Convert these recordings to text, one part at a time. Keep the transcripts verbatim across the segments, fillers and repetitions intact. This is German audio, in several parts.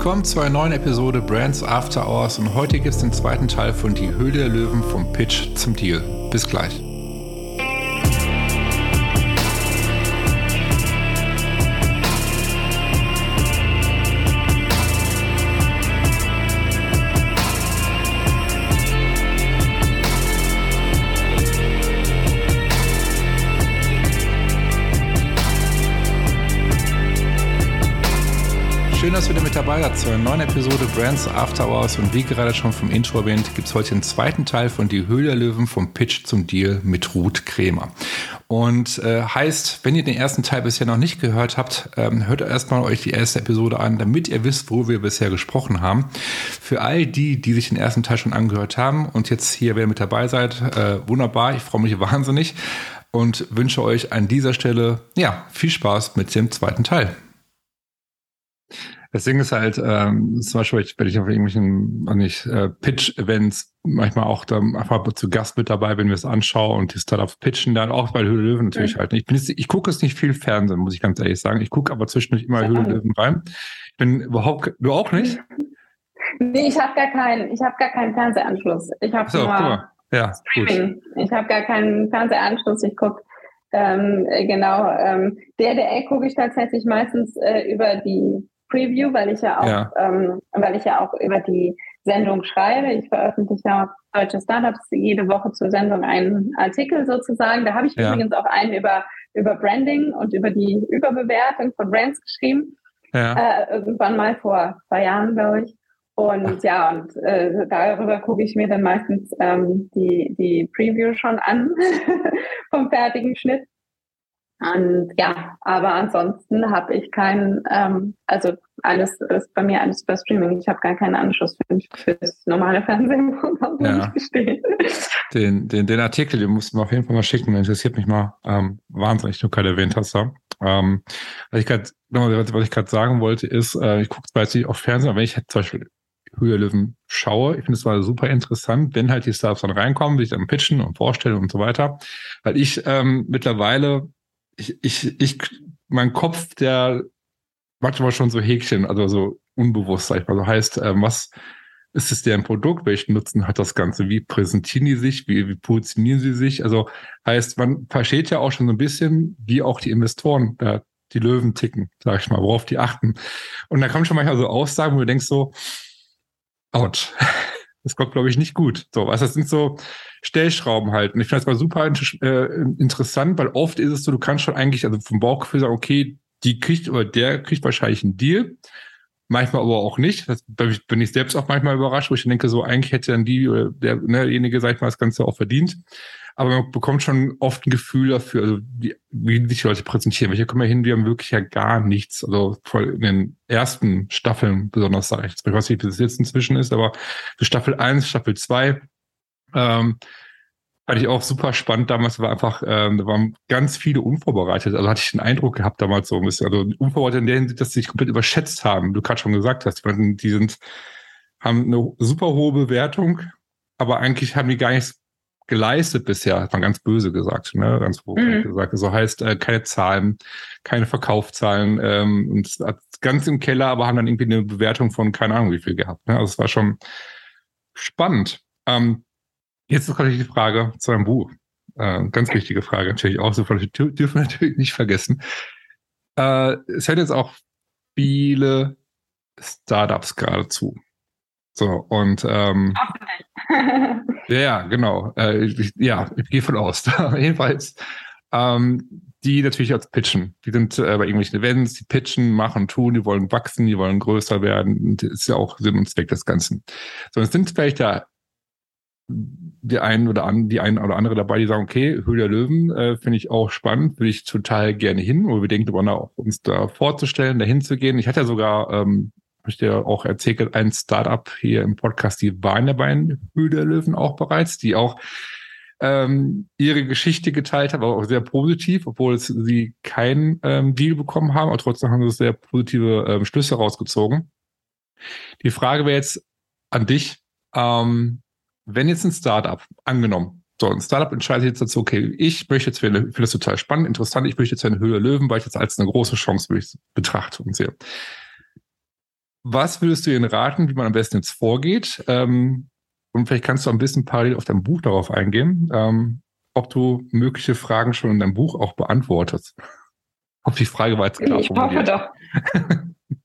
Willkommen zu einer neuen Episode Brands After Hours und heute gibt es den zweiten Teil von Die Höhle der Löwen vom Pitch zum Deal. Bis gleich. Schön, dass ihr wieder mit dabei seid zu einer neuen Episode Brands After Hours und wie gerade schon vom Intro erwähnt, gibt es heute den zweiten Teil von Die Höhle der Löwen vom Pitch zum Deal mit Ruth Krämer. Und äh, heißt, wenn ihr den ersten Teil bisher noch nicht gehört habt, ähm, hört erstmal euch die erste Episode an, damit ihr wisst, worüber wir bisher gesprochen haben. Für all die, die sich den ersten Teil schon angehört haben und jetzt hier wieder mit dabei seid, äh, wunderbar, ich freue mich wahnsinnig und wünsche euch an dieser Stelle ja viel Spaß mit dem zweiten Teil. Das Ding ist halt, ähm, zum Beispiel, wenn ich auf irgendwelchen, nicht, äh, Pitch-Events manchmal auch da einfach zu Gast mit dabei, wenn wir es anschauen und die Startups pitchen, dann auch bei Höhle der Löwen natürlich mhm. halt. Ich bin jetzt, ich gucke es nicht viel Fernsehen, muss ich ganz ehrlich sagen. Ich gucke aber zwischendurch immer ja. Höhle der Löwen rein. Ich bin überhaupt, du auch nicht? Nee, ich habe gar keinen, ich habe gar keinen Fernsehanschluss. Ich habe so, nur ja, Streaming. Gut. Ich habe gar keinen Fernsehanschluss. Ich gucke ähm, genau, ähm, D D L gucke ich tatsächlich meistens äh, über die Preview, weil ich ja auch, ja. Ähm, weil ich ja auch über die Sendung schreibe. Ich veröffentliche ja auf Deutsche Startups jede Woche zur Sendung einen Artikel sozusagen. Da habe ich ja. übrigens auch einen über, über Branding und über die Überbewertung von Brands geschrieben. Ja. Äh, irgendwann mal vor zwei Jahren, glaube ich. Und ja, und äh, darüber gucke ich mir dann meistens ähm, die, die Preview schon an vom fertigen Schnitt. Und ja, aber ansonsten habe ich keinen, ähm, also alles ist bei mir alles über Streaming. Ich habe gar keinen Anschluss für, für das normale Fernsehprogramm, muss ja. ich gestehen. Den, den, den Artikel, den musst du mir auf jeden Fall mal schicken, der interessiert mich mal ähm, wahnsinnig, du gerade erwähnt hast. Ja. Ähm, was ich gerade was ich gerade sagen wollte, ist, äh, ich gucke zwar jetzt nicht auf Fernsehen, aber wenn ich halt zum Beispiel Höhle der Löwen schaue, ich finde es mal super interessant, wenn halt die Startups dann reinkommen, sich dann pitchen und vorstellen und so weiter. Weil ich ähm, mittlerweile Ich, ich, ich, mein Kopf, der macht immer schon so Häkchen, also so unbewusst, sag ich mal. So heißt, äh, was ist es deren Produkt? Welchen Nutzen hat das Ganze? Wie präsentieren die sich? Wie, wie positionieren sie sich? Also heißt, man versteht ja auch schon so ein bisschen, wie auch die Investoren, da die Löwen ticken, sag ich mal, worauf die achten. Und da kommen schon manchmal so Aussagen, wo du denkst so, ouch. Das kommt, glaube ich, nicht gut. So, also das sind so Stellschrauben halt. Und ich finde das mal super äh, interessant, weil oft ist es so, du kannst schon eigentlich, also vom Bauchgefühl sagen, okay, die kriegt oder der kriegt wahrscheinlich einen Deal. Manchmal aber auch nicht. Das bin ich selbst auch manchmal überrascht, wo ich denke, so eigentlich hätte dann die oder der, ne, derjenige, sag ich mal, das Ganze auch verdient. Aber man bekommt schon oft ein Gefühl dafür, also wie, wie sich die Leute präsentieren. Welche kommen ja hin, die haben wirklich ja gar nichts. Also voll in den ersten Staffeln besonders, sage ich. Ich weiß nicht, wie das jetzt inzwischen ist, aber für Staffel eins, Staffel zwei ähm, fand ich auch super spannend. Damals war einfach, ähm, da waren ganz viele unvorbereitet. Also hatte ich den Eindruck gehabt damals so ein bisschen. Also unvorbereitet in der Hinsicht, dass sie sich komplett überschätzt haben. Du gerade schon gesagt hast, die sind, haben eine super hohe Bewertung, aber eigentlich haben die gar nichts geleistet bisher, hat man ganz böse gesagt, ne, ganz hoch mhm. gesagt. Also heißt, äh, keine Zahlen, keine Verkaufszahlen, ähm, und ganz im Keller, aber haben dann irgendwie eine Bewertung von keine Ahnung wie viel gehabt. Ne? Also es war schon spannend. Ähm, jetzt ist natürlich die Frage zu einem Buch. Äh, ganz wichtige Frage, natürlich auch, so dürfen wir natürlich nicht vergessen. Äh, es hört jetzt auch viele Startups geradezu. So, und ähm, ja, genau. Äh, ich, ja, ich gehe von aus. Jedenfalls, ähm, die natürlich als pitchen. Die sind äh, bei irgendwelchen Events, die pitchen, machen, tun, die wollen wachsen, die wollen größer werden. Und das ist ja auch Sinn und Zweck des Ganzen. So, es sind vielleicht da die einen oder an, die einen oder andere dabei, die sagen, okay, Höhle der Löwen äh, finde ich auch spannend, würde ich total gerne hin, wo wir denken, darüber nach, uns da vorzustellen, dahin zu gehen. Ich hatte ja sogar ähm, habe ich dir auch erzählt, ein Startup hier im Podcast, die waren ja bei Höhle der Löwen auch bereits, die auch ähm, ihre Geschichte geteilt haben, aber auch sehr positiv, obwohl es, sie keinen ähm, Deal bekommen haben, aber trotzdem haben sie sehr positive ähm, Schlüsse rausgezogen. Die Frage wäre jetzt an dich, ähm, wenn jetzt ein Startup, angenommen, so ein Startup entscheidet jetzt dazu, okay, ich möchte jetzt, ich finde das total spannend, interessant, ich möchte jetzt eine Höhle der Löwen, weil ich jetzt als eine große Chance betrachte und sehe. was würdest du ihnen raten, wie man am besten jetzt vorgeht? Ähm, und vielleicht kannst du ein bisschen parallel auf dein Buch darauf eingehen, ähm, ob du mögliche Fragen schon in deinem Buch auch beantwortest. Ob die Frage war jetzt klar Ich formuliert. hoffe doch.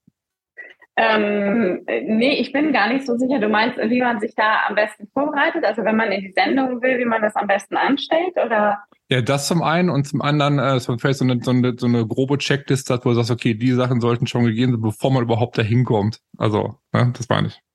ähm, nee, ich bin gar nicht so sicher. Du meinst, wie man sich da am besten vorbereitet? Also wenn man in die Sendung will, wie man das am besten anstellt? Oder? Ja, das zum einen und zum anderen, äh, so vielleicht so eine, so, eine, so eine grobe Checkliste hat, wo du sagst, okay, die Sachen sollten schon gegeben sein, bevor man überhaupt dahin kommt. Also, ne, das meine ich.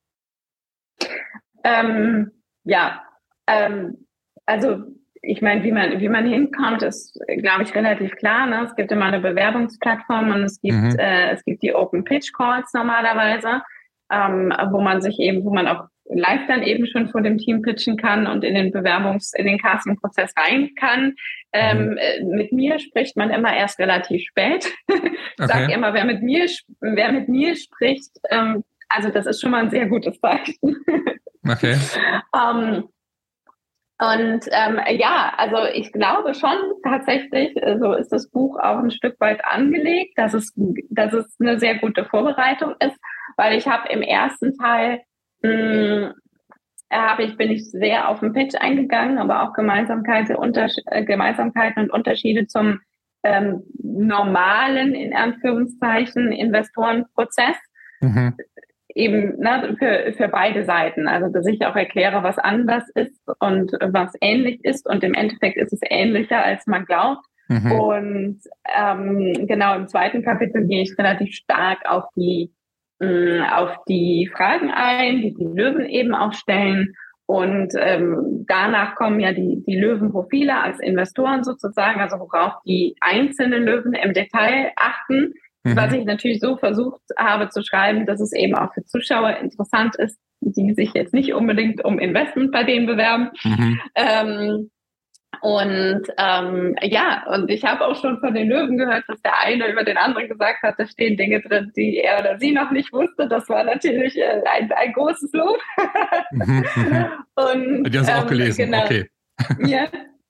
Ähm, ja, ähm, also ich meine, wie man, wie man hinkommt, ist, glaube ich, relativ klar. Ne? Es gibt immer eine Bewerbungsplattform und es gibt, mhm. äh, es gibt die Open Pitch Calls normalerweise, ähm, wo man sich eben, wo man auch live dann eben schon vor dem Team pitchen kann und in den Bewerbungs-, in den Casting-Prozess rein kann. Ähm, mhm. Mit mir spricht man immer erst relativ spät. Ich okay. sage immer, wer mit mir, wer mit mir spricht, ähm, also das ist schon mal ein sehr gutes Zeichen. Okay. um, und ähm, ja, also ich glaube schon tatsächlich, so ist das Buch auch ein Stück weit angelegt, dass es, dass es eine sehr gute Vorbereitung ist, weil ich habe im ersten Teil mh, habe ich, bin ich sehr auf den Pitch eingegangen, aber auch Gemeinsamkeiten, Unters- äh, Gemeinsamkeiten und Unterschiede zum ähm, normalen, in Anführungszeichen, Investorenprozess. Mhm. Eben ne, für, für beide Seiten. Also, dass ich auch erkläre, was anders ist und was ähnlich ist. Und im Endeffekt ist es ähnlicher, als man glaubt. Mhm. Und ähm, genau im zweiten Kapitel gehe ich relativ stark auf die, mh, auf die Fragen ein, die die Löwen eben auch stellen. Und ähm, danach kommen ja die, die Löwenprofile als Investoren sozusagen, also worauf die einzelnen Löwen im Detail achten. Mhm. Was ich natürlich so versucht habe zu schreiben, dass es eben auch für Zuschauer interessant ist, die sich jetzt nicht unbedingt um Investment bei denen bewerben. Mhm. Ähm, und ähm, ja, und ich habe auch schon von den Löwen gehört, dass der eine über den anderen gesagt hat, da stehen Dinge drin, die er oder sie noch nicht wusste. Das war natürlich äh, ein, ein großes Lob. Mhm, und, die haben es ähm, auch gelesen, genau, okay. Ja.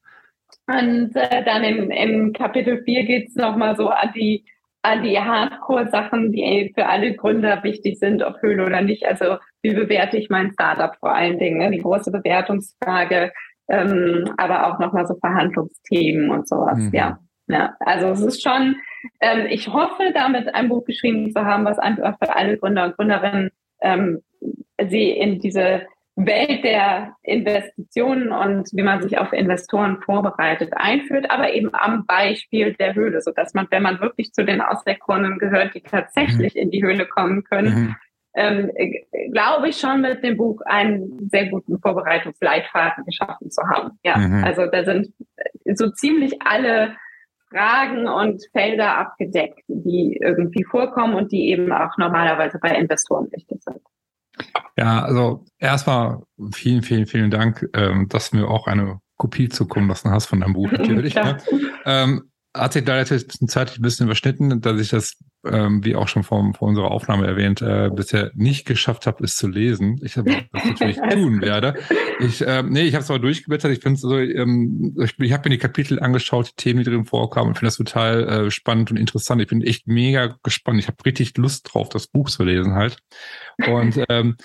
Und äh, dann im, im Kapitel vier geht es nochmal so an die an die Hardcore-Sachen, die für alle Gründer wichtig sind, ob Höhle oder nicht. Also wie bewerte ich mein Startup vor allen Dingen, ne? Die große Bewertungsfrage, ähm, aber auch nochmal so Verhandlungsthemen und sowas. Mhm. Ja, ja. Also es ist schon, ähm, ich hoffe, damit ein Buch geschrieben zu haben, was einfach für alle Gründer und Gründerinnen ähm, sie in diese Welt der Investitionen und wie man sich auf Investoren vorbereitet einführt, aber eben am Beispiel der Höhle, sodass man, wenn man wirklich zu den Auserkorenen gehört, die tatsächlich mhm. in die Höhle kommen können, mhm. ähm, glaube ich schon mit dem Buch einen sehr guten Vorbereitungsleitfaden geschaffen zu haben. Ja, mhm. also da sind so ziemlich alle Fragen und Felder abgedeckt, die irgendwie vorkommen und die eben auch normalerweise bei Investoren wichtig sind. Ja, also erstmal vielen, vielen, vielen Dank, ähm, dass du mir auch eine Kopie zukommen lassen hast von deinem Buch natürlich. Ne? Ähm, hat sich da jetzt ein bisschen zeitlich ein bisschen überschnitten, dass ich das, ähm, wie auch schon vor, vor unserer Aufnahme erwähnt, äh, bisher nicht geschafft habe, es zu lesen. Ich aber das natürlich tun werde. Ich, ähm, nee, ich habe es aber durchgeblättert. Ich finde es so, ähm, ich, ich habe mir die Kapitel angeschaut, die Themen, die drin vorkamen und finde das total äh, spannend und interessant. Ich bin echt mega gespannt. Ich habe richtig Lust drauf, das Buch zu lesen halt. Und ähm,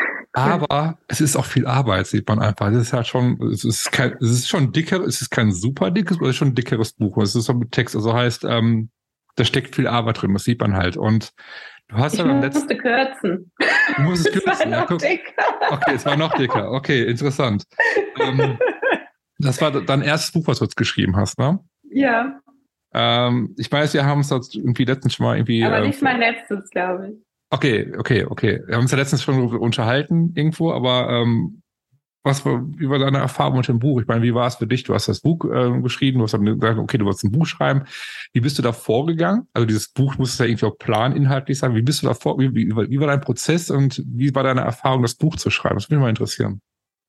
aber es ist auch viel Arbeit, sieht man einfach. Es ist halt schon, es ist kein, es ist schon dicker, es ist kein super dickes, aber es ist schon ein dickeres Buch. Es ist so mit Text, also heißt, ähm, da steckt viel Arbeit drin, das sieht man halt. Und du hast ich ja beim musste letzten, kürzen. Du musst es kürzen. Es war ja, noch guck. dicker. Okay, es war noch dicker. Okay, interessant. ähm, das war dein erstes Buch, was du jetzt geschrieben hast, ne? Ja. Ähm, ich weiß, wir haben uns das irgendwie letztens schon mal irgendwie. Aber nicht äh, mein letztes, glaube ich. Okay, okay, okay. Wir haben uns ja letztens schon unterhalten irgendwo, aber ähm, was war über deine Erfahrung mit dem Buch? Ich meine, wie war es für dich? Du hast das Buch äh, geschrieben, du hast dann gesagt, okay, du wolltest ein Buch schreiben. Wie bist du da vorgegangen? Also dieses Buch muss es ja irgendwie auch planinhaltlich sein. Wie bist du da vor? Wie, wie, wie war dein Prozess und wie war deine Erfahrung, das Buch zu schreiben? Das würde mich mal interessieren.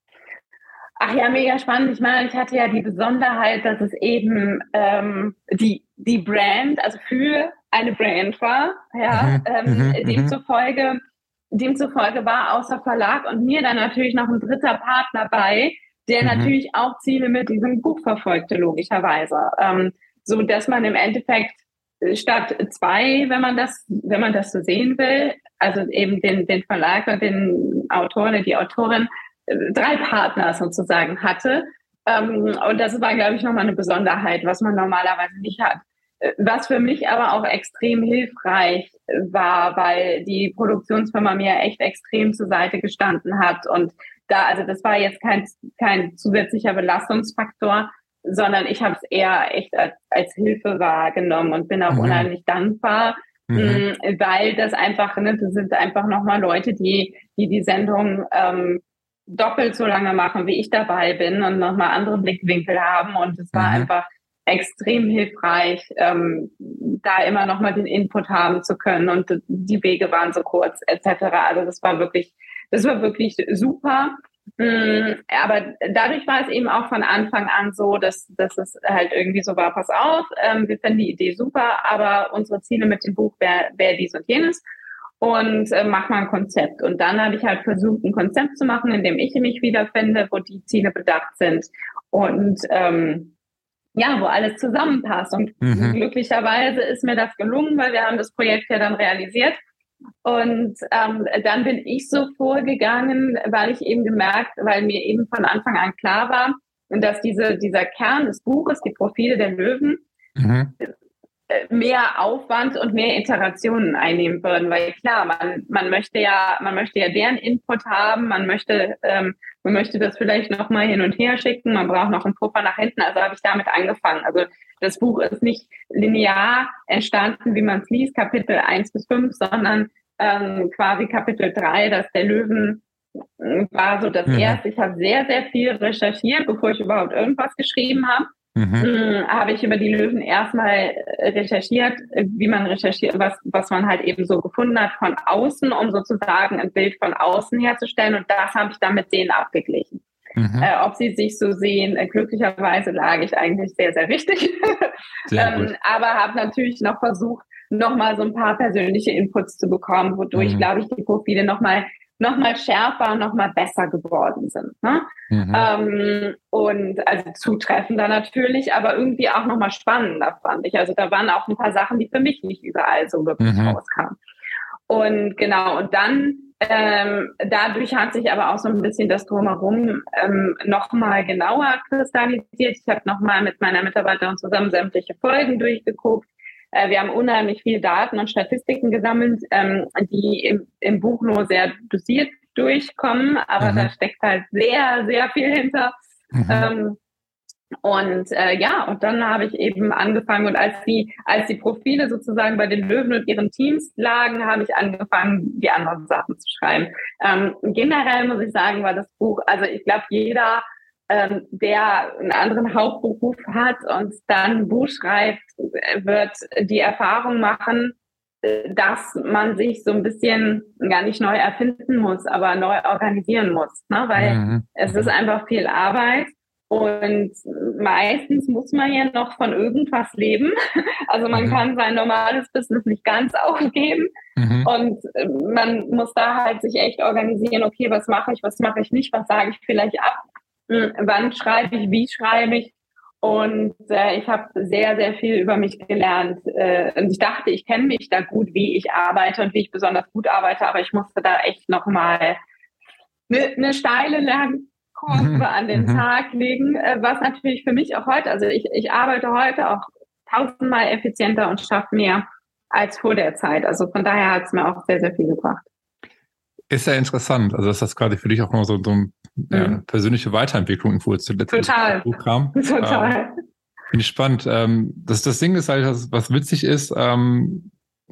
Ach ja, mega spannend. Ich meine, ich hatte ja die Besonderheit, dass es eben ähm, die, die Brand, also für eine Brand war, ja, mhm, ähm, demzufolge, demzufolge war außer Verlag und mir dann natürlich noch ein dritter Partner bei, der mhm. natürlich auch Ziele mit diesem Buch verfolgte, logischerweise. Ähm, so dass man im Endeffekt statt zwei, wenn man das, wenn man das so sehen will, also eben den, den Verlag und den Autoren, die Autorin, drei Partner sozusagen hatte. Und das war, glaube ich, nochmal eine Besonderheit, was man normalerweise nicht hat. Was für mich aber auch extrem hilfreich war, weil die Produktionsfirma mir echt extrem zur Seite gestanden hat. Und da, also das war jetzt kein, kein zusätzlicher Belastungsfaktor, sondern ich habe es eher echt als, als Hilfe wahrgenommen und bin auch mhm. unheimlich dankbar, mhm. weil das einfach, ne, das sind einfach nochmal Leute, die, die die Sendung ähm, doppelt so lange machen, wie ich dabei bin und nochmal andere Blickwinkel haben. Und es war mhm. einfach extrem hilfreich, ähm, da immer nochmal den Input haben zu können. Und die Wege waren so kurz, et cetera. Also das war wirklich, das war wirklich super. Aber dadurch war es eben auch von Anfang an so, dass, dass es halt irgendwie so war, pass auf, ähm, wir finden die Idee super, aber unsere Ziele mit dem Buch wäre wär dies und jenes und äh, mach mal ein Konzept. Und dann habe ich halt versucht, ein Konzept zu machen, in dem ich mich wiederfinde, wo die Ziele bedacht sind und ähm, ja, wo alles zusammenpasst. Und mhm. glücklicherweise ist mir das gelungen, weil wir haben das Projekt ja dann realisiert. Und ähm, dann bin ich so vorgegangen, weil ich eben gemerkt, weil mir eben von Anfang an klar war, dass diese, dieser Kern des Buches, die Profile der Löwen, mhm. mehr Aufwand und mehr Iterationen einnehmen würden. Weil klar, man, man möchte ja, man möchte ja deren Input haben, man möchte, ähm, man möchte das vielleicht nochmal hin und her schicken, man braucht noch einen Puffer nach hinten. Also habe ich damit angefangen. Also das Buch ist nicht linear entstanden, wie man es liest, Kapitel eins bis fünf, sondern ähm, quasi Kapitel drei, das der Löwen war so das mhm. erste. Ich habe sehr, sehr viel recherchiert, bevor ich überhaupt irgendwas geschrieben habe. Mhm. Habe ich über die Löwen erstmal recherchiert, wie man recherchiert, was, was man halt eben so gefunden hat von außen, um sozusagen ein Bild von außen herzustellen. Und das habe ich dann mit denen abgeglichen. Mhm. Äh, ob sie sich so sehen, äh, glücklicherweise lag ich eigentlich sehr, sehr richtig. Sehr ähm, aber habe natürlich noch versucht, nochmal so ein paar persönliche Inputs zu bekommen, wodurch, mhm. glaube ich, die Profile nochmal noch mal schärfer, noch mal besser geworden sind. Ne? Mhm. Ähm, und also zutreffender natürlich, aber irgendwie auch noch mal spannender, fand ich. Also da waren auch ein paar Sachen, die für mich nicht überall so wirklich mhm. rauskamen. Und genau, und dann ähm, dadurch hat sich aber auch so ein bisschen das Drumherum ähm, noch mal genauer kristallisiert. Ich habe noch mal mit meiner Mitarbeiterin zusammen sämtliche Folgen durchgeguckt. Wir haben unheimlich viel Daten und Statistiken gesammelt, ähm, die im, im Buch nur sehr dosiert durchkommen, aber mhm. da steckt halt sehr, sehr viel hinter. Mhm. Ähm, und äh, ja, und dann habe ich eben angefangen und als die, als die Profile sozusagen bei den Löwen und ihren Teams lagen, habe ich angefangen, die anderen Sachen zu schreiben. Ähm, generell muss ich sagen, war das Buch, also ich glaube, jeder Ähm, der einen anderen Hauptberuf hat und dann ein Buch schreibt, wird die Erfahrung machen, dass man sich so ein bisschen gar nicht neu erfinden muss, aber neu organisieren muss, ne? Weil mhm. es ist einfach viel Arbeit und meistens muss man ja noch von irgendwas leben. Also man mhm. kann sein normales Business nicht ganz aufgeben mhm. und man muss da halt sich echt organisieren, okay, was mache ich, was mache ich nicht, was sage ich vielleicht ab, wann schreibe ich, wie schreibe ich. Und äh, ich habe sehr, sehr viel über mich gelernt. Äh, und ich dachte, ich kenne mich da gut, wie ich arbeite und wie ich besonders gut arbeite, aber ich musste da echt nochmal eine ne steile Lernkurve mhm. an den mhm. Tag legen, äh, was natürlich für mich auch heute, also ich, ich arbeite heute auch tausendmal effizienter und schaffe mehr als vor der Zeit. Also von daher hat es mir auch sehr, sehr viel gebracht. Ist ja interessant, also dass das gerade für dich auch noch so, so eine ja, mhm. persönliche Weiterentwicklung, wo jetzt zuletzt Total. Buch kam. Total. Ähm, Finde ich spannend. Ähm, das, das Ding ist halt, was, was witzig ist, ähm,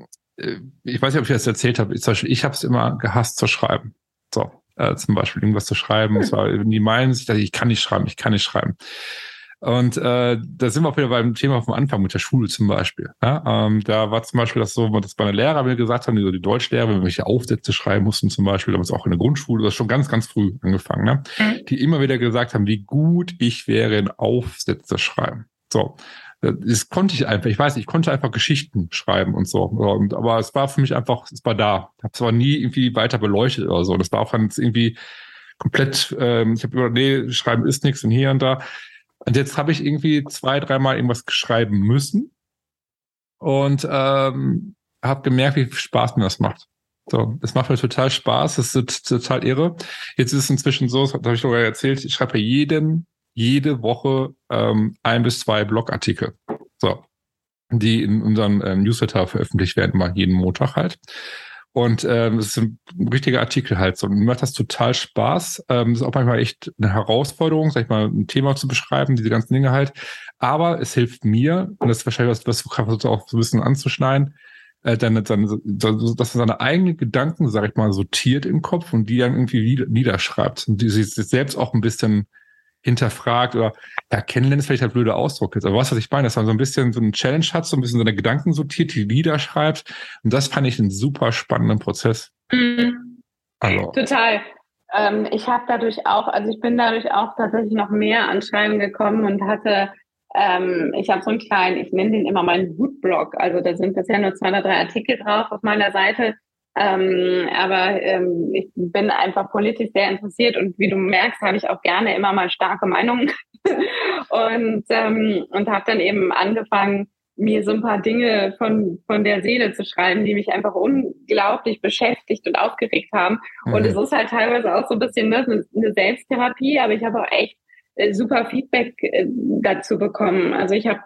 ich weiß nicht, ob ich das erzählt habe, ich, zum Beispiel, ich habe es immer gehasst zu schreiben. So, äh, zum Beispiel irgendwas zu schreiben. Es war nie meins, ich kann nicht schreiben, ich kann nicht schreiben. Und äh, da sind wir auch wieder beim Thema vom Anfang mit der Schule zum Beispiel. Ja? Ähm, da war zum Beispiel das so, dass meine Lehrer mir gesagt haben, die, so die Deutschlehrer, wenn wir welche Aufsätze schreiben mussten zum Beispiel, damals auch in der Grundschule, das ist schon ganz, ganz früh angefangen, ne? Mhm. Die immer wieder gesagt haben, wie gut ich wäre in Aufsätze schreiben. So, das konnte ich einfach, ich weiß nicht, ich konnte einfach Geschichten schreiben und so. Und, aber es war für mich einfach, es war da. Ich habe es aber nie irgendwie weiter beleuchtet oder so. Und das war auch dann irgendwie komplett, ähm, ich habe über, nee, schreiben ist nichts und hier und da. Und jetzt habe ich irgendwie zwei, dreimal irgendwas schreiben müssen. und ähm, habe gemerkt, wie viel Spaß mir das macht. So, es macht mir total Spaß, das ist total irre. Jetzt ist es inzwischen so, das habe ich sogar erzählt, ich schreibe jeden, jede Woche ähm, ein bis zwei Blogartikel, so, die in unserem ähm, Newsletter veröffentlicht werden, mal jeden Montag halt. Und ähm, es ist ein richtiger Artikel halt so. Und mir macht das total Spaß. Ähm, das ist auch manchmal echt eine Herausforderung, sag ich mal, ein Thema zu beschreiben, diese ganzen Dinge halt. Aber es hilft mir, und das ist wahrscheinlich was, was du gerade auch so ein bisschen anzuschneiden, äh, dann, dann, dass er seine eigenen Gedanken, sag ich mal, sortiert im Kopf und die dann irgendwie niederschreibt. Und die sich selbst auch ein bisschen hinterfragt oder, ja, kennenlernen ist vielleicht ein blöder Ausdruck jetzt, aber was, was ich meine, dass man so ein bisschen so eine Challenge hat, so ein bisschen seine Gedanken sortiert, die Lieder schreibt, und das fand ich einen super spannenden Prozess. Mhm. Also. Total. Ähm, ich habe dadurch auch, also ich bin dadurch auch tatsächlich noch mehr an Schreiben gekommen und hatte, ähm, ich habe so einen kleinen, ich nenne den immer meinen Wutblog, also da sind bisher nur zwei oder drei Artikel drauf auf meiner Seite, Ähm, aber ähm, ich bin einfach politisch sehr interessiert und wie du merkst, habe ich auch gerne immer mal starke Meinungen und ähm, und habe dann eben angefangen, mir so ein paar Dinge von von der Seele zu schreiben, die mich einfach unglaublich beschäftigt und aufgeregt haben. Mhm. Und es ist halt teilweise auch so ein bisschen ne, eine Selbsttherapie, aber ich habe auch echt äh, super Feedback äh, dazu bekommen. Also ich habe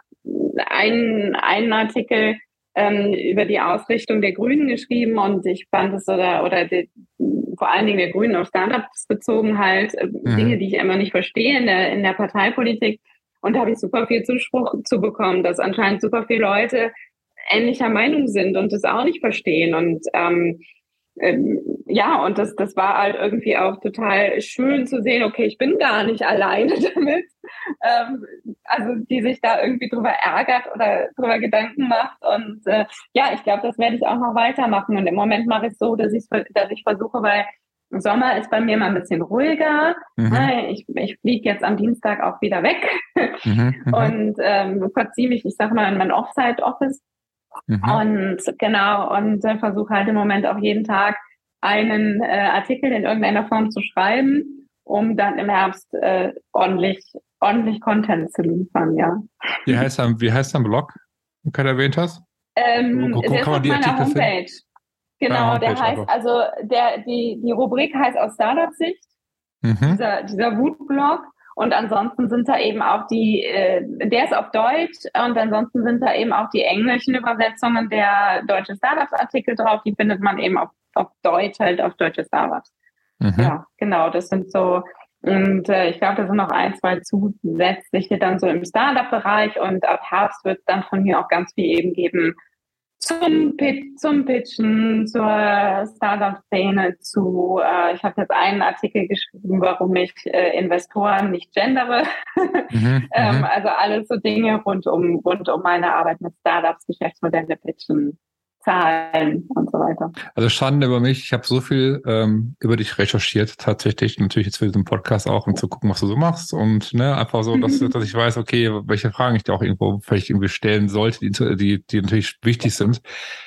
einen einen Artikel über die Ausrichtung der Grünen geschrieben und ich fand es oder oder die, vor allen Dingen der Grünen auf Startups bezogen halt mhm. Dinge, die ich immer nicht verstehe in der in der Parteipolitik, und da habe ich super viel Zuspruch zu bekommen, dass anscheinend super viele Leute ähnlicher Meinung sind und das auch nicht verstehen und ähm, ähm, ja, und das, das war halt irgendwie auch total schön zu sehen, okay, ich bin gar nicht alleine damit, ähm, also die sich da irgendwie drüber ärgert oder drüber Gedanken macht und äh, ja, ich glaube, das werde ich auch noch weitermachen und im Moment mache ich es so, dass ich, dass ich versuche, weil im Sommer ist bei mir mal ein bisschen ruhiger, mhm. ich, ich fliege jetzt am Dienstag auch wieder weg mhm, und ähm, verziehe mich, ich sag mal, in mein Offsite-Office. Mhm. Und genau, und äh, versuche halt im Moment auch jeden Tag einen äh, Artikel in irgendeiner Form zu schreiben, um dann im Herbst äh, ordentlich, ordentlich Content zu liefern, ja. Wie heißt dein, wie heißt dein Blog, den du gerade erwähnt hast? Ähm, wo, wo kann man die Artikel Homepage. Finden? Genau, Homepage der heißt, einfach. also der, die, die Rubrik heißt aus Startup-Sicht, mhm. dieser, dieser Wutblog. Und ansonsten sind da eben auch die, äh, der ist auf Deutsch und ansonsten sind da eben auch die englischen Übersetzungen der deutschen Startups-Artikel drauf. Die findet man eben auf, auf Deutsch, halt auf deutsche Startups. Mhm. Ja, genau, das sind so, und äh, ich glaube, da sind noch ein, zwei zusätzliche dann so im Startup-Bereich und ab Herbst wird es dann von mir auch ganz viel eben geben zum, Pit- zum Pitchen, zur Startup-Szene, zu, äh, ich habe jetzt einen Artikel geschrieben, warum ich äh, Investoren nicht gendere. Mhm, ähm, also alles so Dinge rund um, rund um meine Arbeit mit Startups, Geschäftsmodelle pitchen, Zahlen und so weiter. Also Schande über mich, ich habe so viel ähm, über dich recherchiert, tatsächlich, natürlich jetzt für diesen Podcast auch, um zu gucken, was du so machst und ne, einfach so, dass, dass ich weiß, okay, welche Fragen ich da auch irgendwo vielleicht irgendwie stellen sollte, die, die, die natürlich wichtig sind.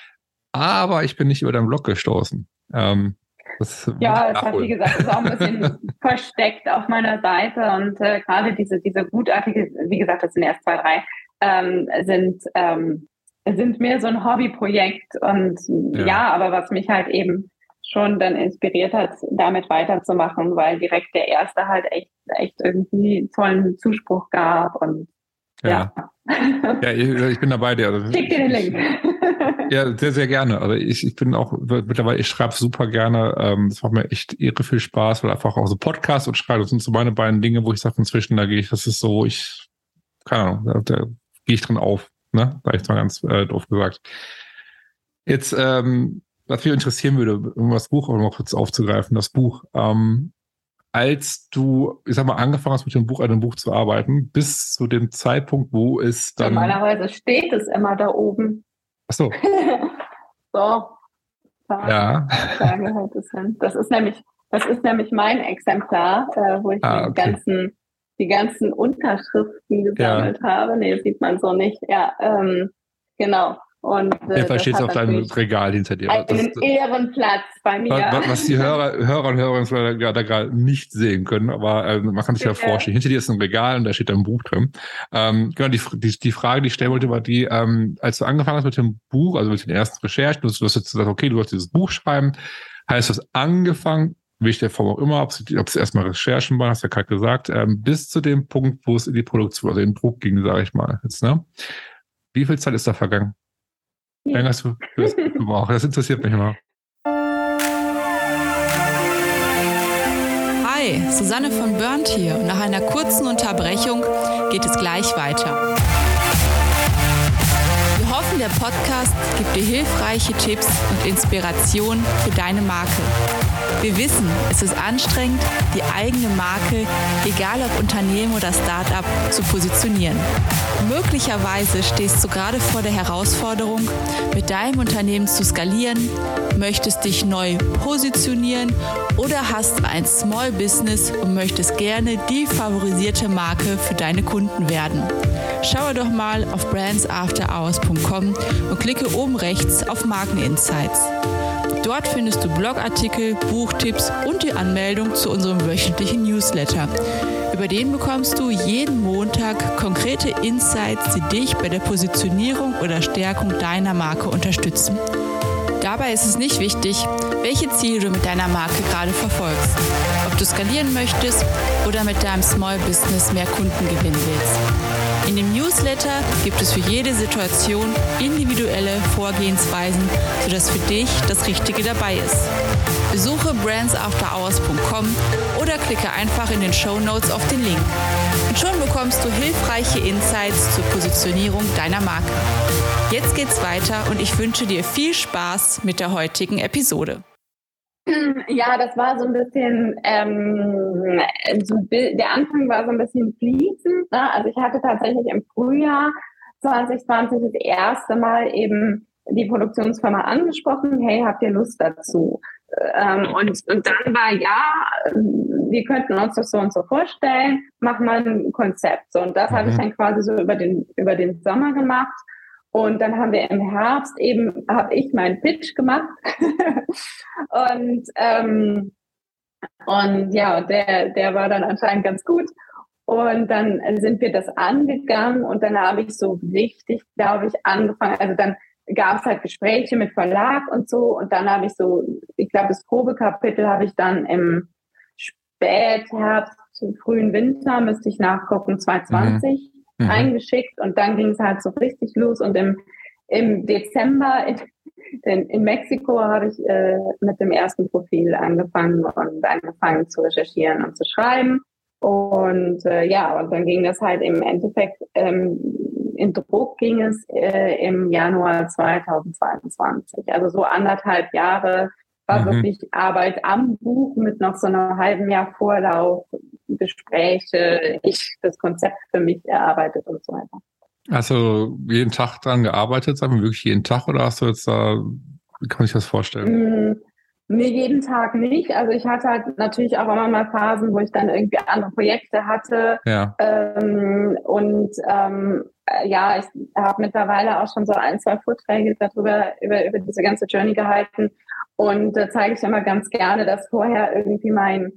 Aber ich bin nicht über deinen Blog gestoßen. Ähm, das ja, es hat, wie gesagt, ist auch ein bisschen versteckt auf meiner Seite und äh, gerade diese, diese Gutartikel, wie gesagt, das sind erst zwei, drei, ähm, sind ähm, sind mehr so ein Hobbyprojekt und ja. ja, aber was mich halt eben schon dann inspiriert hat, damit weiterzumachen, weil direkt der erste halt echt, echt irgendwie tollen Zuspruch gab und ja. Ja, ja ich, ich bin dabei, der. Also Schick dir den Link. Ja, sehr, sehr gerne. Also ich, ich bin auch mittlerweile, ich schreibe super gerne. Ähm, das macht mir echt irre viel Spaß, weil einfach auch so Podcasts und Schreiben, das sind so meine beiden Dinge, wo ich sage, inzwischen, da gehe ich, das ist so, ich, keine Ahnung, da, da gehe ich drin auf. Ne, da ich mal ganz äh, doof gesagt. Jetzt, ähm, was mich interessieren würde, um das Buch auch noch kurz aufzugreifen, das Buch. Ähm, als du, ich sag mal, angefangen hast mit dem Buch, an dem Buch zu arbeiten, bis zu dem Zeitpunkt, wo es dann... Normalerweise steht es immer da oben. Ach so. so. Da, ja. Da gehört es hin. Das ist nämlich, das ist nämlich mein Exemplar, äh, wo ich ah, okay. die ganzen die ganzen Unterschriften gesammelt ja. habe. Nee, das sieht man so nicht. Ja, ähm, genau. Und äh, da steht es auf deinem Regal hinter dir. Einen das, das, Ehrenplatz bei mir. Was, was die Hörer, Hörer und Hörerinnen da gerade nicht sehen können, aber äh, man kann sich ja vorstellen, hinter dir ist ein Regal und da steht ein Buch drin. Ähm, genau, die, die, die Frage, die ich stellen wollte, war die, ähm, als du angefangen hast mit dem Buch, also mit den ersten Recherchen, du hast jetzt gesagt, okay, du sollst dieses Buch schreiben, heißt du hast angefangen, welche Form auch immer, ob es erstmal Recherchen waren, hast du ja gerade gesagt, ähm, bis zu dem Punkt, wo es in die Produktion, also in den Druck ging, sage ich mal jetzt, ne? Wie viel Zeit ist da vergangen? Wie lange hast du das gebraucht? Das interessiert mich immer. Hi, Susanne von Burnt hier und nach einer kurzen Unterbrechung geht es gleich weiter. Wir hoffen, der Podcast gibt dir hilfreiche Tipps und Inspiration für deine Marke. Wir wissen, es ist anstrengend, die eigene Marke, egal ob Unternehmen oder Start-up, zu positionieren. Möglicherweise stehst du gerade vor der Herausforderung, mit deinem Unternehmen zu skalieren, möchtest dich neu positionieren oder hast ein Small Business und möchtest gerne die favorisierte Marke für deine Kunden werden. Schaue doch mal auf brands after hours punkt com und klicke oben rechts auf Markeninsights. Dort findest du Blogartikel, Buchtipps und die Anmeldung zu unserem wöchentlichen Newsletter. Über den bekommst du jeden Montag konkrete Insights, die dich bei der Positionierung oder Stärkung deiner Marke unterstützen. Dabei ist es nicht wichtig, welche Ziele du mit deiner Marke gerade verfolgst. Ob du skalieren möchtest oder mit deinem Small Business mehr Kunden gewinnen willst. In dem Newsletter gibt es für jede Situation individuelle Vorgehensweisen, sodass für dich das Richtige dabei ist. Besuche brands after hours punkt com oder klicke einfach in den Shownotes auf den Link. Und schon bekommst du hilfreiche Insights zur Positionierung deiner Marke. Jetzt geht's weiter und ich wünsche dir viel Spaß mit der heutigen Episode. Ja, das war so ein bisschen, ähm, so, der Anfang war so ein bisschen fließend. Ne? Also ich hatte tatsächlich im Frühjahr zwanzig zwanzig das erste Mal eben die Produktionsfirma angesprochen, hey, habt ihr Lust dazu? Ähm, und, und dann war, ja, wir könnten uns das so und so vorstellen, mach mal ein Konzept. So, und das mhm. habe ich dann quasi so über den, über den Sommer gemacht. Und dann haben wir im Herbst eben, habe ich meinen Pitch gemacht. und, ähm, und ja, der, der war dann anscheinend ganz gut. Und dann sind wir das angegangen und dann habe ich so richtig, glaube ich, angefangen. Also dann gab es halt Gespräche mit Verlag und so. Und dann habe ich so, ich glaube, das Probekapitel habe ich dann im Spätherbst, frühen Winter, müsste ich nachgucken, zwanzig zwanzig. Mhm. Mhm. eingeschickt und dann ging es halt so richtig los und im, im Dezember in, in, in Mexiko habe ich äh, mit dem ersten Profil angefangen und angefangen zu recherchieren und zu schreiben und äh, ja, und dann ging das halt im Endeffekt, ähm, in Druck ging es äh, im Januar zweitausendzweiundzwanzig, also so anderthalb Jahre war mhm. wirklich Arbeit am Buch mit noch so einem halben Jahr Vorlauf, Gespräche, ich das Konzept für mich erarbeitet und so weiter. Hast du jeden Tag dran gearbeitet, sagen wir wirklich jeden Tag oder hast du jetzt da, wie kann ich das vorstellen? Mm, nee, jeden Tag nicht. Also ich hatte halt natürlich auch immer mal Phasen, wo ich dann irgendwie andere Projekte hatte. Ja. Ähm, und ähm, ja, ich habe mittlerweile auch schon so ein, zwei Vorträge darüber, über, über diese ganze Journey gehalten. Und da zeige ich immer ganz gerne, dass vorher irgendwie mein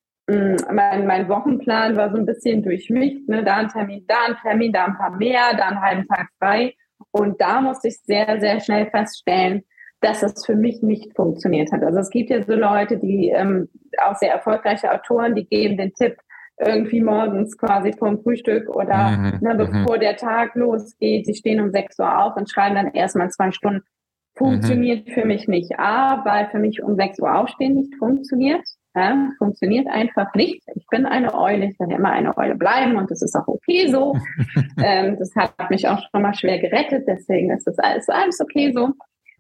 Mein, mein Wochenplan war so ein bisschen durchmischt, ne? Da ein Termin, da ein Termin, da ein paar mehr, da einen halben Tag frei. Und da musste ich sehr, sehr schnell feststellen, dass das für mich nicht funktioniert hat. Also es gibt ja so Leute, die ähm, auch sehr erfolgreiche Autoren, die geben den Tipp irgendwie morgens quasi vorm Frühstück oder mhm, ne, bevor der Tag losgeht, sie stehen um sechs Uhr auf und schreiben dann erstmal zwei Stunden. Funktioniert mhm. für mich nicht. A, weil für mich um sechs Uhr aufstehen nicht funktioniert. Ja, funktioniert einfach nicht. Ich bin eine Eule, ich werde immer eine Eule bleiben und das ist auch okay so. ähm, das hat mich auch schon mal schwer gerettet, deswegen ist das alles, alles okay so.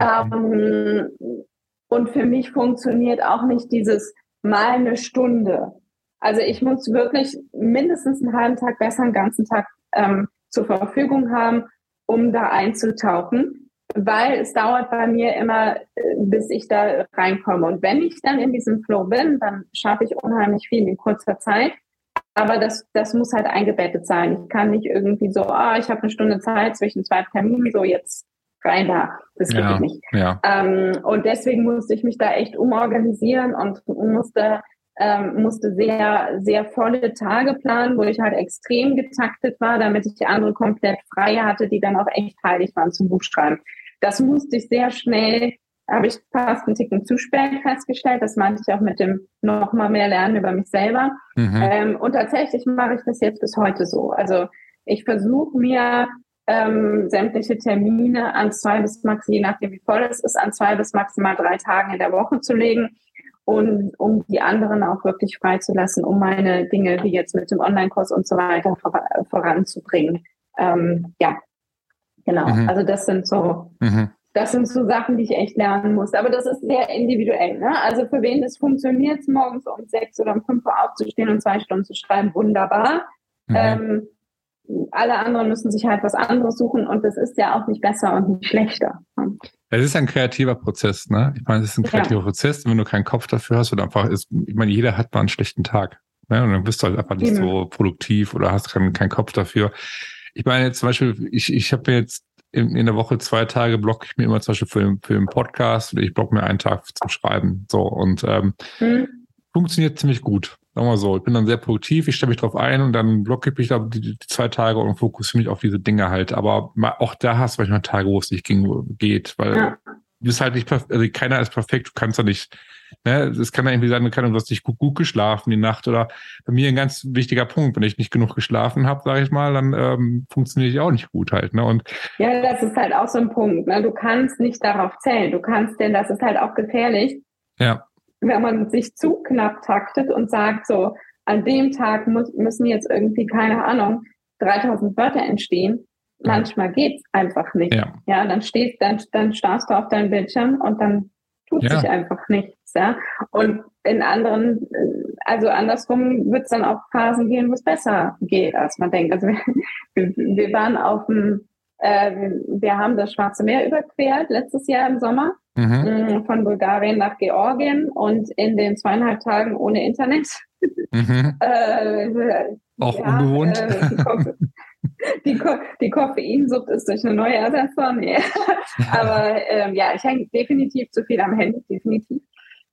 Ähm, und für mich funktioniert auch nicht dieses mal eine Stunde. Also ich muss wirklich mindestens einen halben Tag, besser einen ganzen Tag ähm, zur Verfügung haben, um da einzutauchen. Weil es dauert bei mir immer, bis ich da reinkomme. Und wenn ich dann in diesem Flow bin, dann schaffe ich unheimlich viel in kurzer Zeit. Aber das, das muss halt eingebettet sein. Ich kann nicht irgendwie so, ah, ich habe eine Stunde Zeit zwischen zwei Terminen, so jetzt rein da. Das geht ja, nicht. Ja. Ähm, und deswegen musste ich mich da echt umorganisieren und musste, ähm, musste sehr, sehr volle Tage planen, wo ich halt extrem getaktet war, damit ich die andere komplett frei hatte, die dann auch echt heilig waren zum Buchschreiben. Das musste ich sehr schnell, habe ich fast einen Ticken zu spät festgestellt. Das meinte ich auch mit dem noch mal mehr Lernen über mich selber. Mhm. Ähm, und tatsächlich mache ich das jetzt bis heute so. Also ich versuche mir ähm, sämtliche Termine an zwei bis maximal, je nachdem wie voll es ist, an zwei bis maximal drei Tagen in der Woche zu legen. Und um die anderen auch wirklich freizulassen, um meine Dinge wie jetzt mit dem Online-Kurs und so weiter vor, voranzubringen. Ähm, ja, genau. Mhm. Also das sind so, mhm. das sind so Sachen, die ich echt lernen muss. Aber das ist sehr individuell. Ne? Also für wen das funktioniert, morgens um sechs oder um fünf Uhr aufzustehen und zwei Stunden zu schreiben, wunderbar. Mhm. Ähm, alle anderen müssen sich halt was anderes suchen und das ist ja auch nicht besser und nicht schlechter. Es ist ein kreativer Prozess, ne? Ich meine, es ist ein kreativer ja. Prozess, wenn du keinen Kopf dafür hast oder einfach ist, ich meine, jeder hat mal einen schlechten Tag, ne? Und dann bist du halt einfach nicht mhm. so produktiv oder hast keinen, keinen Kopf dafür. Ich meine, zum Beispiel, ich, ich habe jetzt in, in der Woche zwei Tage blocke ich mir immer zum Beispiel für, für einen Podcast oder ich blocke mir einen Tag zum Schreiben. So und ähm, mhm. funktioniert ziemlich gut. Sagen wir mal so, ich bin dann sehr produktiv, ich stelle mich drauf ein und dann blocke ich mich da die, die zwei Tage und fokussiere mich auf diese Dinge halt. Aber auch da hast du manchmal Tage, wo es nicht ging, geht, weil ja. du bist halt nicht perfekt, also keiner ist perfekt, du kannst ja nicht, ne, es kann ja irgendwie sein, du hast nicht gut, gut geschlafen die Nacht oder bei mir ein ganz wichtiger Punkt, wenn ich nicht genug geschlafen habe, sage ich mal, dann ähm, funktioniere ich auch nicht gut halt, ne, und ja, das ist halt auch so ein Punkt, ne, du kannst nicht darauf zählen, du kannst, denn das ist halt auch gefährlich. Ja. Wenn man sich zu knapp taktet und sagt, so, an dem Tag muss, müssen jetzt irgendwie, keine Ahnung, dreitausend Wörter entstehen. Ja. Manchmal geht's einfach nicht. Ja, ja dann stehst, dann, dann starrst du auf deinen Bildschirm und dann tut ja. sich einfach nichts. Ja, und in anderen, also andersrum wird es dann auch Phasen gehen, wo es besser geht, als man denkt. Also wir, wir waren auf dem, äh, wir haben das Schwarze Meer überquert letztes Jahr im Sommer. Mhm. Von Bulgarien nach Georgien und in den zweieinhalb Tagen ohne Internet. Mhm. äh, Auch ja, ungewohnt. Äh, die, Koffein, die, Ko- die Koffeinsucht ist durch eine neue Ersetzer. Nee. Aber ähm, ja, ich hänge definitiv zu viel am Handy, definitiv.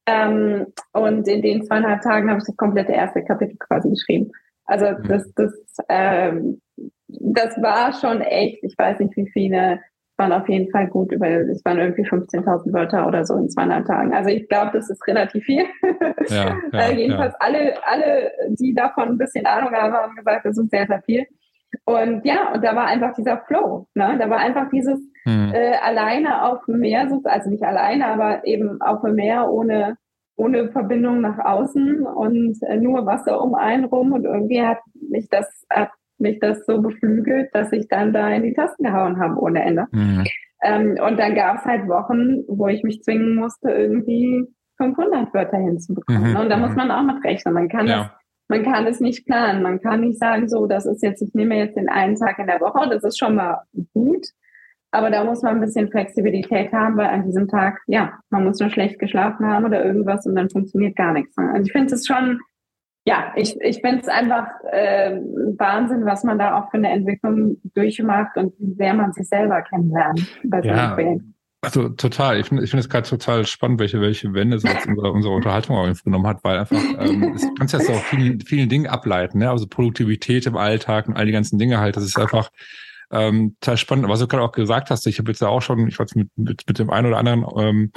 Ähm, und in den zweieinhalb Tagen habe ich das komplette erste Kapitel quasi geschrieben. Also mhm. das, das, ähm, das war schon echt, ich weiß nicht wie viele, waren auf jeden Fall gut, über, es waren irgendwie fünfzehntausend Wörter oder so in zweieinhalb Tagen. Also ich glaube, das ist relativ viel. Ja, ja, äh, jedenfalls ja. alle, alle, die davon ein bisschen Ahnung haben, haben gesagt, das ist sehr, sehr viel. Und ja, und da war einfach dieser Flow. Ne? Da war einfach dieses hm. äh, alleine auf dem Meer, also nicht alleine, aber eben auf dem Meer ohne, ohne Verbindung nach außen und äh, nur Wasser um einen rum. Und irgendwie hat mich das hat mich das so beflügelt, dass ich dann da in die Tasten gehauen habe ohne Ende. Mhm. Ähm, und dann gab es halt Wochen, wo ich mich zwingen musste, irgendwie fünfhundert Wörter hinzubekommen. Mhm. Und da muss man auch mit rechnen. Man kann, ja. das, man kann es nicht planen. Man kann nicht sagen, so, das ist jetzt, ich nehme jetzt den einen Tag in der Woche und das ist schon mal gut. Aber da muss man ein bisschen Flexibilität haben, weil an diesem Tag, ja, man muss nur schlecht geschlafen haben oder irgendwas und dann funktioniert gar nichts. Also ich finde es schon, ja, ich, ich finde es einfach äh, Wahnsinn, was man da auch für eine Entwicklung durchmacht und wie sehr man sich selber kennenlernt bei so einem Projekt. Also total. Ich finde ich finde es gerade total spannend, welche welche Wende so jetzt unsere, unsere Unterhaltung auch genommen hat, weil einfach ähm, das kannst du ja so auf vielen, vielen Dingen ableiten, ne? Also Produktivität im Alltag und all die ganzen Dinge halt. Das ist einfach ähm, total spannend. Was du gerade auch gesagt hast, ich habe jetzt ja auch schon, ich weiß mit, mit, mit dem einen oder anderen ähm,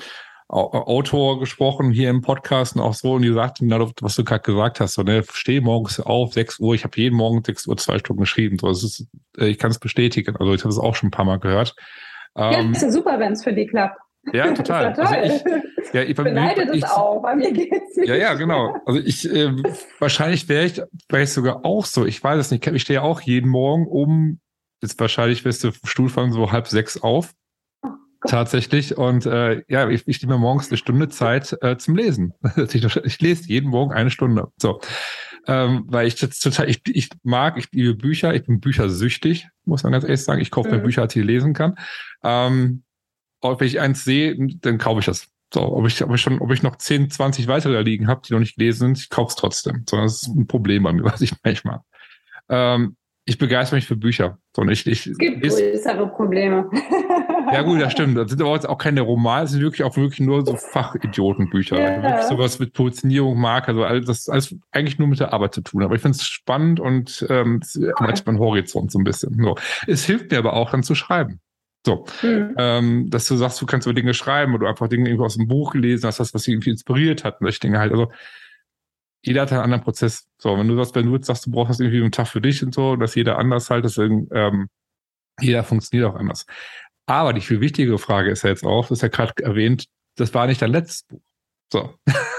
Autor gesprochen hier im Podcast und auch so, und die sagten, was du gerade gesagt hast, so, ne, steh morgens auf, sechs Uhr, ich habe jeden Morgen sechs Uhr zwei Stunden geschrieben, so, das ist, ich kann es bestätigen, also ich habe es auch schon ein paar Mal gehört. Ja, ähm, ist ja super, wenn es für die klappt. Ja, total. Das ist ja toll. Also ich, ja, ich beneide das ich, auch, bei mir geht's nicht. Ja, ja, genau. Also ich, äh, wahrscheinlich wäre ich, wäre ich sogar auch so, ich weiß es nicht, ich stehe ja auch jeden Morgen um, jetzt wahrscheinlich wirst du Stuhlfang so halb sechs auf. Tatsächlich. Und äh, ja, ich, ich nehme mir morgens eine Stunde Zeit äh, zum Lesen. Ich, ich lese jeden Morgen eine Stunde. So, ähm, weil ich das total, ich, ich mag, ich liebe Bücher, ich bin büchersüchtig, muss man ganz ehrlich sagen. Ich kaufe mhm. mir Bücher, als ich lesen kann. Ähm, und wenn ich eins sehe, dann kaufe ich das. So, ob ich, ob ich schon, ob ich noch zehn, zwanzig weitere da liegen habe, die noch nicht gelesen sind, ich kaufe es trotzdem. So, das ist ein Problem bei mir, was ich manchmal. Ähm, ich begeister mich für Bücher. So, und ich, ich es gibt größere Probleme. Ja gut, das stimmt. Das sind aber jetzt auch keine Romane, das sind wirklich auch wirklich nur so Fachidiotenbücher. Ja. Also wirklich sowas mit Positionierung, Marke, also alles, das alles eigentlich nur mit der Arbeit zu tun. Aber ich finde es spannend und ähm, manchmal ein Horizont so ein bisschen. So. Es hilft mir aber auch dann zu schreiben. So, mhm. ähm, dass du sagst, du kannst über Dinge schreiben oder du einfach Dinge irgendwie aus dem Buch gelesen hast, das, was dich irgendwie inspiriert hat. Und solche Dinge halt. Also jeder hat einen anderen Prozess. So, wenn du sagst, wenn du jetzt sagst, du brauchst das irgendwie einen Tag für dich und so, dass jeder anders halt, deswegen ähm, jeder funktioniert auch anders. Aber die viel wichtigere Frage ist ja jetzt auch, das ist ja gerade erwähnt, das war nicht dein letztes Buch. So.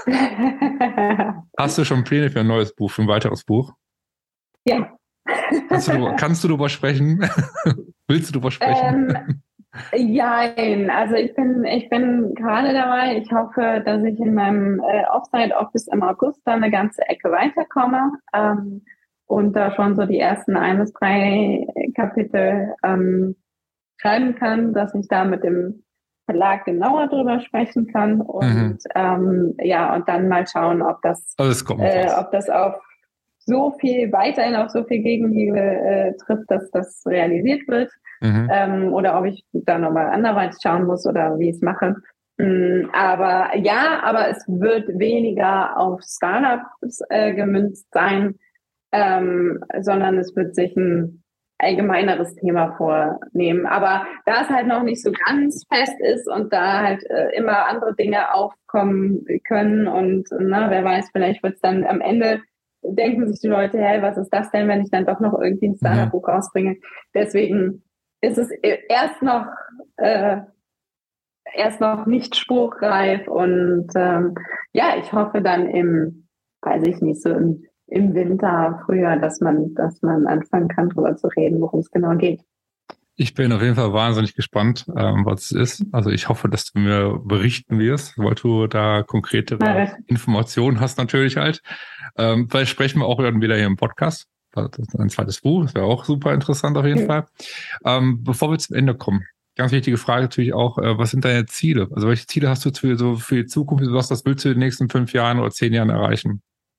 Hast du schon Pläne für ein neues Buch, für ein weiteres Buch? Ja. Kannst du, kannst du darüber sprechen? Willst du darüber sprechen? Ähm, ja, also ich bin, ich bin gerade dabei. Ich hoffe, dass ich in meinem äh, Offsite-Office im August dann eine ganze Ecke weiterkomme ähm, und da schon so die ersten ein bis drei Kapitel ähm, schreiben kann, dass ich da mit dem Verlag genauer drüber sprechen kann und mhm. ähm, ja, und dann mal schauen, ob das, äh, ob das auf so viel weiterhin auf so viel Gegenliebe äh, trifft, dass das realisiert wird. Mhm. Ähm, oder ob ich da nochmal anderweitig schauen muss oder wie ich es mache. Ähm, aber ja, aber es wird weniger auf Startups äh, gemünzt sein, ähm, sondern es wird sich ein allgemeineres Thema vornehmen. Aber da es halt noch nicht so ganz fest ist und da halt äh, immer andere Dinge aufkommen können und ne, wer weiß, vielleicht wird es dann am Ende denken sich die Leute, hey, was ist das denn, wenn ich dann doch noch irgendwie ein Startup-Buch mhm. rausbringe. Deswegen ist es erst noch äh, erst noch nicht spruchreif und ähm, ja, ich hoffe dann im, weiß ich nicht, so im, im Winter, Frühjahr, dass man, dass man anfangen kann, darüber zu reden, worum es genau geht. Ich bin auf jeden Fall wahnsinnig gespannt, ähm, was es ist. Also ich hoffe, dass du mir berichten wirst, weil du da konkretere ja, Informationen hast natürlich halt. Ähm, vielleicht sprechen wir auch wieder hier im Podcast. Das ist ein zweites Buch, das wäre auch super interessant auf jeden mhm. Fall. Ähm, bevor wir zum Ende kommen, ganz wichtige Frage natürlich auch, äh, was sind deine Ziele? Also welche Ziele hast du für, so für die Zukunft? Was das willst du in den nächsten fünf Jahren oder zehn Jahren erreichen?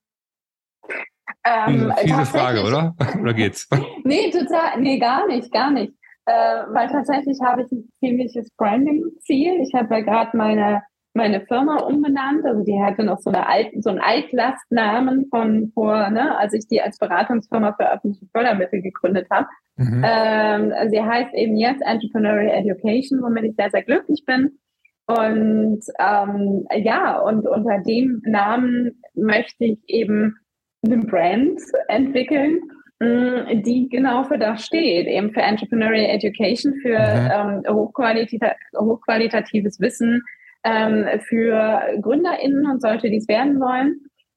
Ähm, Fiese Frage, oder? Oder geht's? Nee, total, nee, gar nicht, gar nicht. Äh, weil tatsächlich habe ich ein ziemliches Branding-Ziel. Ich habe ja gerade meine meine Firma umbenannt, also die hatte noch so eine Alt, so einen Altlastnamen von vor, ne, als ich die als Beratungsfirma für öffentliche Fördermittel gegründet habe. Mhm. Ähm, sie heißt eben jetzt Entrepreneurial Education, womit ich sehr, sehr glücklich bin. Und ähm, ja, und unter dem Namen möchte ich eben eine Brand entwickeln, die genau für das steht, eben für Entrepreneurial Education, für mhm. ähm, hochqualita- hochqualitatives Wissen ähm, für GründerInnen und solche, die es werden wollen.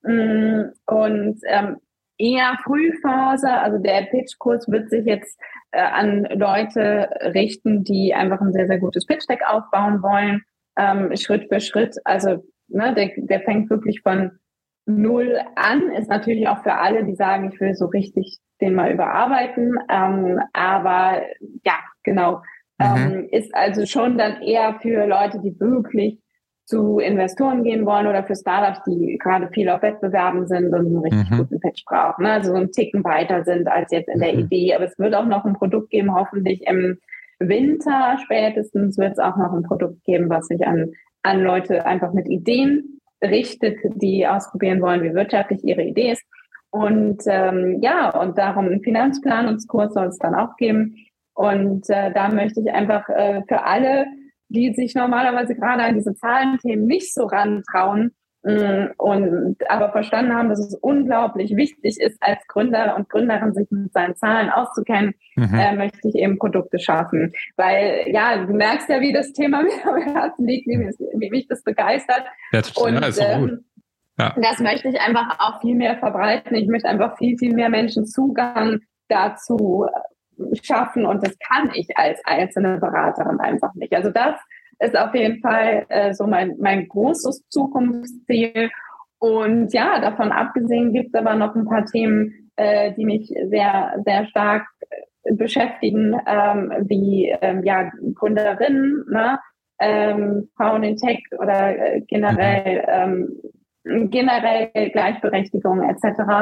Und ähm, eher Frühphase, also der Pitch-Kurs wird sich jetzt äh, an Leute richten, die einfach ein sehr, sehr gutes Pitch-Deck aufbauen wollen, ähm, Schritt für Schritt. Also ne, der, der fängt wirklich von null an, ist natürlich auch für alle, die sagen, ich will so richtig den mal überarbeiten. Ähm, aber ja, genau. Mhm. Ähm, ist also schon dann eher für Leute, die wirklich zu Investoren gehen wollen oder für Startups, die gerade viel auf Wettbewerben sind und einen richtig mhm. guten Pitch brauchen. Ne? Also so einen Ticken weiter sind als jetzt in der mhm. Idee. Aber es wird auch noch ein Produkt geben, hoffentlich im Winter spätestens wird es auch noch ein Produkt geben, was sich an, an Leute einfach mit Ideen richtet, die ausprobieren wollen, wie wirtschaftlich ihre Idee ist. Und ähm, ja, und darum einen Finanzplanungskurs soll es dann auch geben. Und äh, da möchte ich einfach äh, für alle, die sich normalerweise gerade an diese Zahlenthemen nicht so rantrauen mh, und aber verstanden haben, dass es unglaublich wichtig ist, als Gründer und Gründerin sich mit seinen Zahlen auszukennen, mhm. äh, möchte ich eben Produkte schaffen. Weil, ja, du merkst ja, wie das Thema mir am Herzen liegt, wie, wie mich das begeistert. Ja, und ja, ist auch gut. Ähm, ja. Das möchte ich einfach auch viel mehr verbreiten. Ich möchte einfach viel, viel mehr Menschen Zugang dazu schaffen und das kann ich als einzelne Beraterin einfach nicht. Also das ist auf jeden Fall äh, so mein, mein großes Zukunftsziel. Und ja, davon abgesehen gibt es aber noch ein paar Themen, äh, die mich sehr, sehr stark äh, beschäftigen, ähm, wie ähm, ja, Gründerinnen, ne? ähm, Frauen in Tech oder äh, generell ähm, generell Gleichberechtigung et cetera.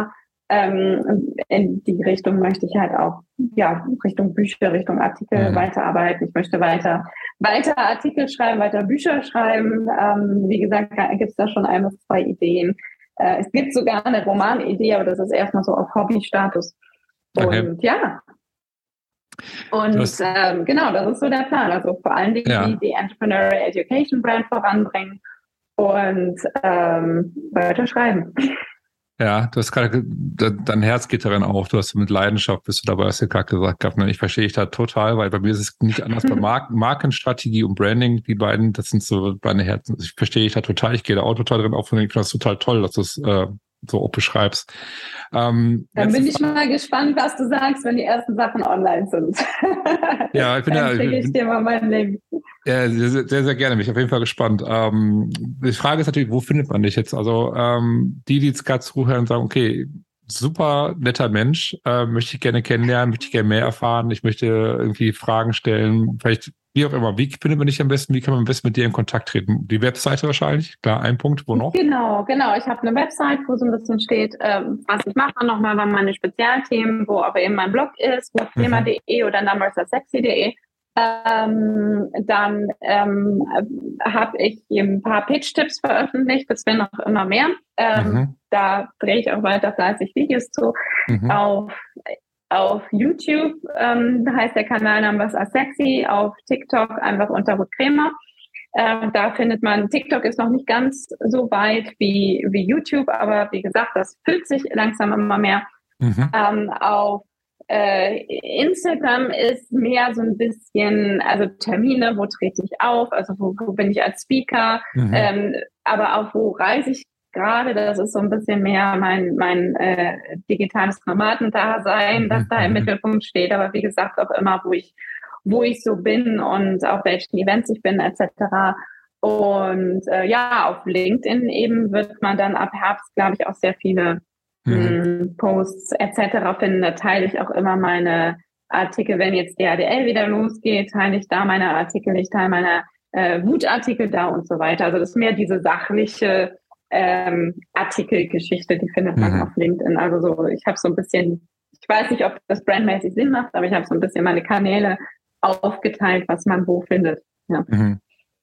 ähm, in die Richtung möchte ich halt auch, ja, Richtung Bücher, Richtung Artikel mhm. weiterarbeiten. Ich möchte weiter, weiter Artikel schreiben, weiter Bücher schreiben. Ähm, wie gesagt, gibt es da schon ein bis zwei Ideen. Äh, es gibt sogar eine Romanidee, aber das ist erstmal so auf Hobby-Status. Okay. Und ja. Und hast, ähm, genau, das ist so der Plan. Also vor allen Dingen ja. die, die Entrepreneurial Education Brand voranbringen und ähm, weiter schreiben. Ja, du hast gerade, dein Herz geht darin auf, du hast mit Leidenschaft, bist du dabei, hast du gerade gesagt gehabt, ne? Ich verstehe dich da total, weil bei mir ist es nicht anders bei Mark- Markenstrategie und Branding, die beiden, das sind so meine Herzen, ich verstehe dich da total, ich gehe da auch total drin auf und ich finde das total toll, dass du es äh, so auch beschreibst. Ähm, Dann bin ich mal gespannt, was du sagst, wenn die ersten Sachen online sind. Ja, ich bin Dann ja. schicke ich dir mal mein Link. Ja, sehr, sehr, sehr gerne. Bin ich auf jeden Fall gespannt. Ähm, die Frage ist natürlich, wo findet man dich jetzt? Also ähm, die, die jetzt gerade zuhören und sagen, okay, super netter Mensch, äh, möchte ich gerne kennenlernen, möchte ich gerne mehr erfahren, ich möchte irgendwie Fragen stellen, vielleicht wie auch immer. Wie findet man dich am besten? Wie kann man am besten mit dir in Kontakt treten? Die Webseite wahrscheinlich, klar, ein Punkt, wo noch? Genau, genau. Ich habe eine Website, wo so ein bisschen steht, ähm, was ich mache, nochmal waren meine Spezialthemen, wo aber eben mein Blog ist, woodcremer punkt de mhm. oder numbers are sexy punkt de. Ähm, dann ähm, habe ich ein paar Pitch-Tipps veröffentlicht, das werden noch immer mehr. Ähm, mhm. Da drehe ich auch weiter fleißig Videos zu. Mhm. Auf, auf YouTube ähm, heißt der Kanal Numbers are sexy, auf TikTok einfach unter woodcremer. Ähm, da findet man, TikTok ist noch nicht ganz so weit wie, wie YouTube, aber wie gesagt, das füllt sich langsam immer mehr. Mhm. Ähm, auf Äh, Instagram ist mehr so ein bisschen, also Termine, wo trete ich auf, also wo, wo bin ich als Speaker, mhm. ähm, aber auch wo reise ich gerade, das ist so ein bisschen mehr mein, mein äh, digitales Nomadendasein, mhm. das da im Mittelpunkt steht, aber wie gesagt auch immer, wo ich, wo ich so bin und auf welchen Events ich bin et cetera. Und äh, ja, auf LinkedIn eben wird man dann ab Herbst, glaube ich, auch sehr viele Mhm. Posts et cetera finden. Da teile ich auch immer meine Artikel, wenn jetzt D H D L wieder losgeht, teile ich da meine Artikel, ich teile meine äh, Wutartikel da und so weiter. Also das ist mehr diese sachliche ähm, Artikelgeschichte, die findet man mhm. auf LinkedIn. Also so, ich habe so ein bisschen, ich weiß nicht, ob das brandmäßig Sinn macht, aber ich habe so ein bisschen meine Kanäle aufgeteilt, was man wo findet. Ja, mhm.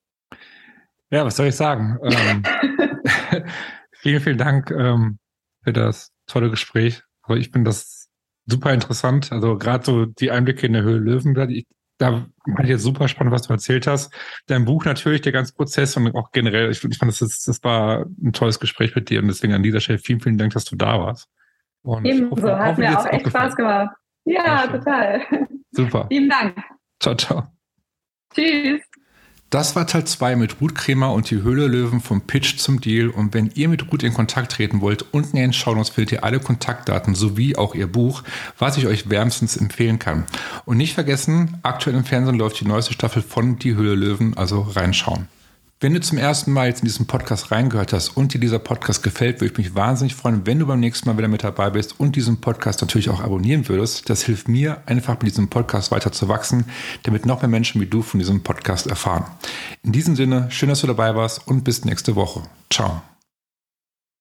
ja was soll ich sagen? ähm, vielen, vielen Dank ähm, für das tolle Gespräch. Aber ich finde das super interessant. Also gerade so die Einblicke in der Höhle Löwen, ich, da fand ich jetzt super spannend, was du erzählt hast. Dein Buch natürlich, der ganze Prozess und auch generell, ich, ich fand, das, ist, das war ein tolles Gespräch mit dir und deswegen an dieser Stelle vielen, vielen Dank, dass du da warst. Und ebenso, hoffe, hat hoffe, mir auch echt Spaß gemacht. Ja, total. Super. Vielen Dank. Ciao, ciao. Tschüss. Das war Teil zwei mit Ruth Kremer und die Höhle Löwen vom Pitch zum Deal. Und wenn ihr mit Ruth in Kontakt treten wollt, unten in den Shownotes findet ihr alle Kontaktdaten sowie auch ihr Buch, was ich euch wärmstens empfehlen kann. Und nicht vergessen, aktuell im Fernsehen läuft die neueste Staffel von Die Höhle Löwen, also reinschauen. Wenn du zum ersten Mal jetzt in diesen Podcast reingehört hast und dir dieser Podcast gefällt, würde ich mich wahnsinnig freuen, wenn du beim nächsten Mal wieder mit dabei bist und diesen Podcast natürlich auch abonnieren würdest. Das hilft mir einfach, mit diesem Podcast weiter zu wachsen, damit noch mehr Menschen wie du von diesem Podcast erfahren. In diesem Sinne, schön, dass du dabei warst und bis nächste Woche. Ciao.